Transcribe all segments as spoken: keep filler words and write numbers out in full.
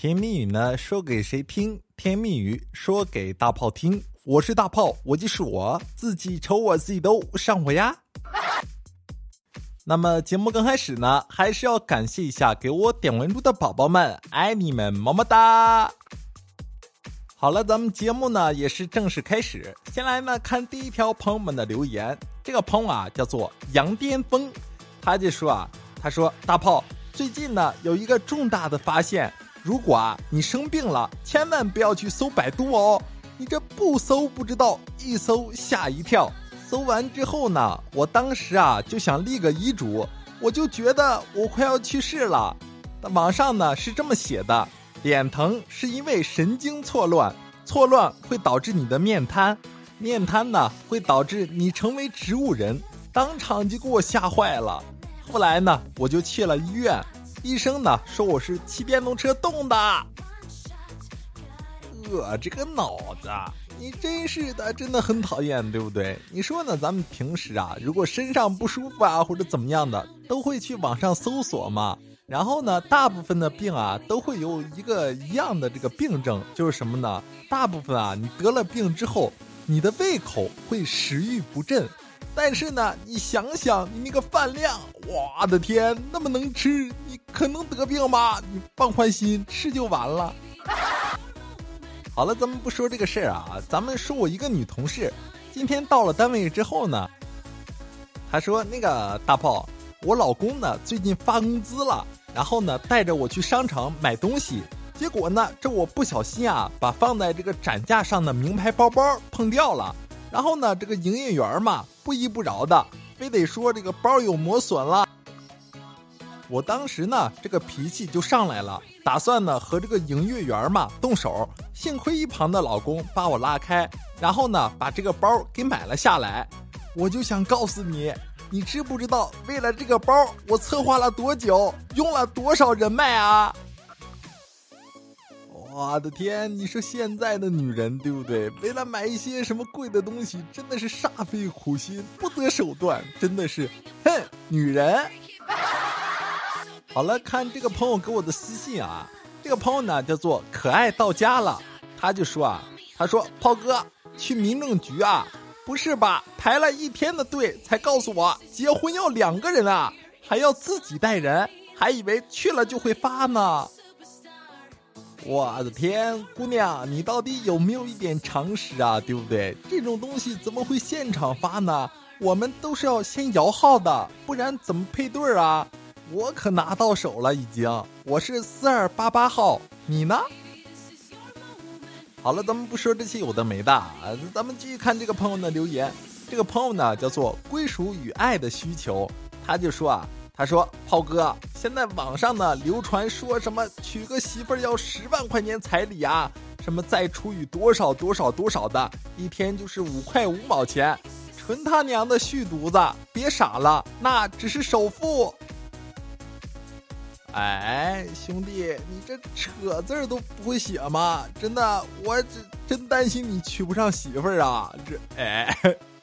甜言蜜语呢，说给谁听？甜言蜜语说给大炮听。我是大炮，我就是我，自己瞅我自己都上火呀。那么节目刚开始呢，还是要感谢一下给我点关注的宝宝们，爱你们，么么哒。好了，咱们节目呢也是正式开始。先来呢看第一条朋友们的留言，这个朋友啊叫做杨巅峰，他就说啊，他说大炮，最近呢有一个重大的发现，如果啊你生病了，千万不要去搜百度哦，你这不搜不知道，一搜吓一跳。搜完之后呢，我当时啊就想立个遗嘱，我就觉得我快要去世了。网上呢是这么写的，脸疼是因为神经错乱，错乱会导致你的面瘫，面瘫呢会导致你成为植物人，当场就给我吓坏了。后来呢我就去了医院，医生呢说我是骑电动车冻的。呃，这个脑子你真是的，真的很讨厌，对不对？你说呢？咱们平时啊，如果身上不舒服啊，或者怎么样的，都会去网上搜索嘛。然后呢，大部分的病啊，都会有一个一样的这个病症，就是什么呢？大部分啊，你得了病之后，你的胃口会食欲不振。但是呢，你想想你那个饭量，我的天，那么能吃，你可能得病吗？你放宽心，吃就完了。好了，咱们不说这个事儿啊，咱们说我一个女同事，今天到了单位之后呢，她说那个大炮，我老公呢最近发工资了，然后呢带着我去商场买东西，结果呢这我不小心啊把放在这个展架上的名牌包包碰掉了，然后呢这个营业员嘛不依不饶的，非得说这个包有磨损了。我当时呢这个脾气就上来了，打算呢和这个营业员嘛动手，幸亏一旁的老公把我拉开，然后呢把这个包给买了下来。我就想告诉你，你知不知道为了这个包我策划了多久，用了多少人脉啊？我的天，你说现在的女人对不对，为了买一些什么贵的东西真的是煞费苦心，不择手段，真的是哼，女人。好了，看这个朋友给我的私信啊，这个朋友呢叫做可爱到家了，他就说啊，他说炮哥去民政局啊，不是吧，排了一天的队才告诉我结婚要两个人啊，还要自己带人，还以为去了就会发呢。我的天，姑娘你到底有没有一点常识啊，对不对？这种东西怎么会现场发呢？我们都是要先摇号的，不然怎么配对啊？我可拿到手了已经，我是四二八八号，你呢？好了，咱们不说这些有的没的，咱们继续看这个朋友的留言。这个朋友呢叫做归属与爱的需求，他就说啊，他说炮哥，现在网上呢流传说什么娶个媳妇儿要十万块钱彩礼啊，什么再除以多少多少多少的，一天就是五块五毛钱，纯他娘的续犊子，别傻了，那只是首付。哎，兄弟，你这扯字儿都不会写吗？真的，我这真担心你娶不上媳妇儿啊！这哎，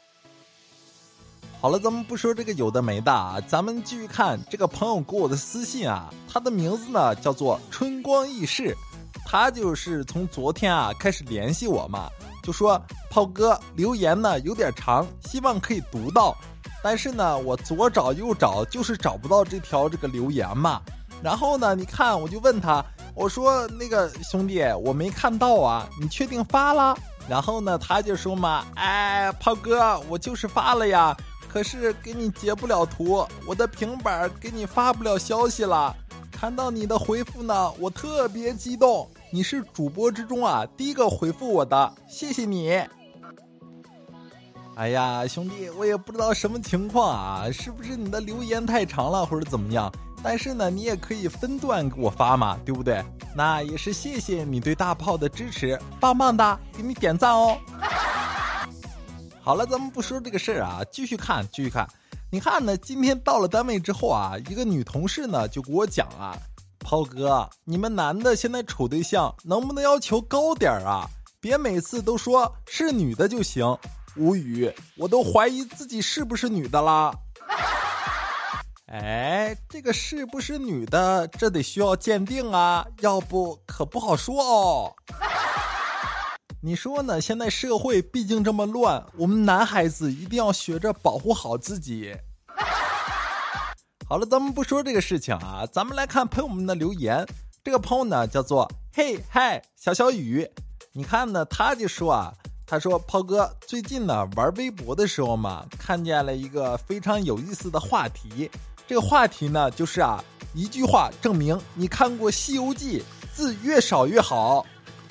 好了，咱们不说这个有的没的啊，咱们继续看这个朋友给我的私信啊，他的名字呢叫做春光易逝，他就是从昨天啊开始联系我嘛，就说炮哥留言呢有点长，希望可以读到，但是呢我左找右找就是找不到这条这个留言嘛。然后呢你看我就问他，我说那个兄弟我没看到啊，你确定发了？然后呢他就说嘛，哎炮哥我就是发了呀，可是给你截不了图，我的平板给你发不了消息了。看到你的回复呢我特别激动，你是主播之中啊第一个回复我的，谢谢你。哎呀兄弟，我也不知道什么情况啊，是不是你的留言太长了或者怎么样，但是呢你也可以分段给我发嘛，对不对？那也是谢谢你对大炮的支持，棒棒的，给你点赞哦。好了，咱们不说这个事儿啊，继续看继续看。你看呢，今天到了单位之后啊，一个女同事呢就给我讲啊，炮哥你们男的现在处对象能不能要求高点啊，别每次都说是女的就行。无语，我都怀疑自己是不是女的啦。 哎，这个是不是女的，这得需要鉴定啊，要不可不好说哦。你说呢？现在社会毕竟这么乱，我们男孩子一定要学着保护好自己。好了，咱们不说这个事情啊，咱们来看朋友们的留言。这个朋友呢叫做嘿嗨小小雨，你看呢，他就说啊，他说炮哥最近呢玩微博的时候嘛，看见了一个非常有意思的话题。这个话题呢就是啊，一句话证明你看过《西游记》，字越少越好。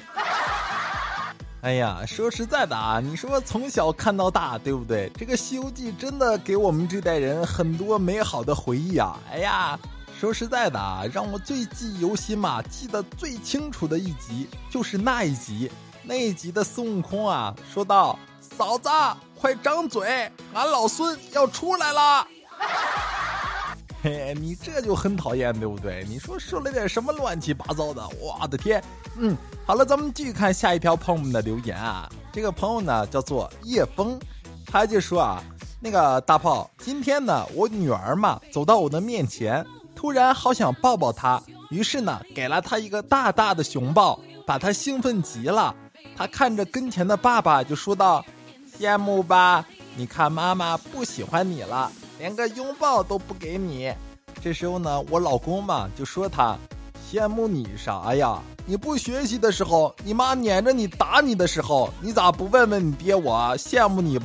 哎呀，说实在的啊，你说从小看到大，对不对？这个《西游记》真的给我们这代人很多美好的回忆啊！哎呀，说实在的啊，让我最记忆犹新嘛，记得最清楚的一集就是那一集，那一集的孙悟空啊，说道：“嫂子，快张嘴，俺老孙要出来了。”嘿，你这就很讨厌，对不对？你说说了点什么乱七八糟的，我的天！嗯，好了，咱们继续看下一条朋友们的留言啊。这个朋友呢叫做叶枫，他就说啊，那个大炮，今天呢我女儿嘛走到我的面前，突然好想抱抱她，于是呢给了她一个大大的熊抱，把她兴奋极了。她看着跟前的爸爸就说道：“羡慕吧？你看妈妈不喜欢你了。”连个拥抱都不给你。这时候呢，我老公嘛就说他羡慕你啥呀？你不学习的时候，你妈撵着你打你的时候，你咋不问问你爹我羡慕你不？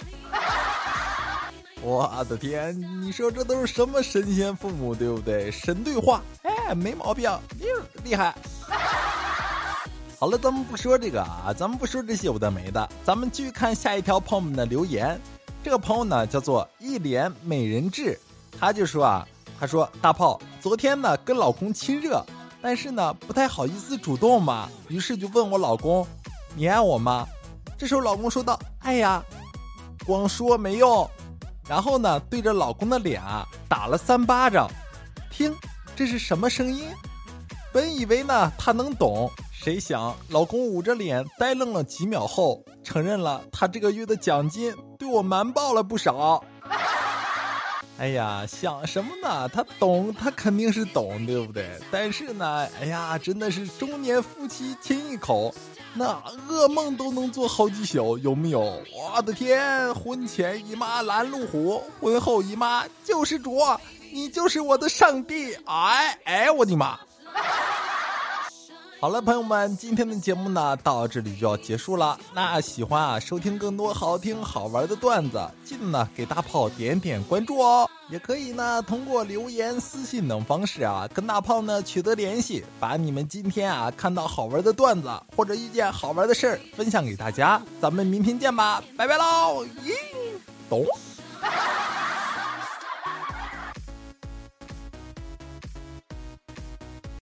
我的天，你说这都是什么神仙父母，对不对？神对话，哎，没毛病，厉害。好了，咱们不说这个啊，咱们不说这些有的没的，咱们继续看下一条朋友们的留言。这个朋友呢叫做一脸美人痣，他就说啊，他说大炮昨天呢跟老公亲热，但是呢不太好意思主动嘛，于是就问我老公，你爱我吗？这时候老公说道，哎呀，光说没用，然后呢对着老公的脸啊打了三巴掌。听，这是什么声音？本以为呢他能懂，谁想老公捂着脸呆愣了几秒后，承认了他这个月的奖金对我瞒报了不少。哎呀，想什么呢？他懂，他肯定是懂，对不对？但是呢，哎呀，真的是中年夫妻亲一口，那噩梦都能做好几宿，有没有？我的天，婚前姨妈拦路虎，婚后姨妈救世主，你就是我的上帝！哎哎，我的妈！好了，朋友们，今天的节目呢到这里就要结束了。那喜欢啊收听更多好听好玩的段子，记得呢给大炮点点关注哦。也可以呢通过留言、私信等方式啊跟大炮呢取得联系，把你们今天啊看到好玩的段子或者遇见好玩的事儿分享给大家。咱们明天见吧，拜拜喽！咦，懂。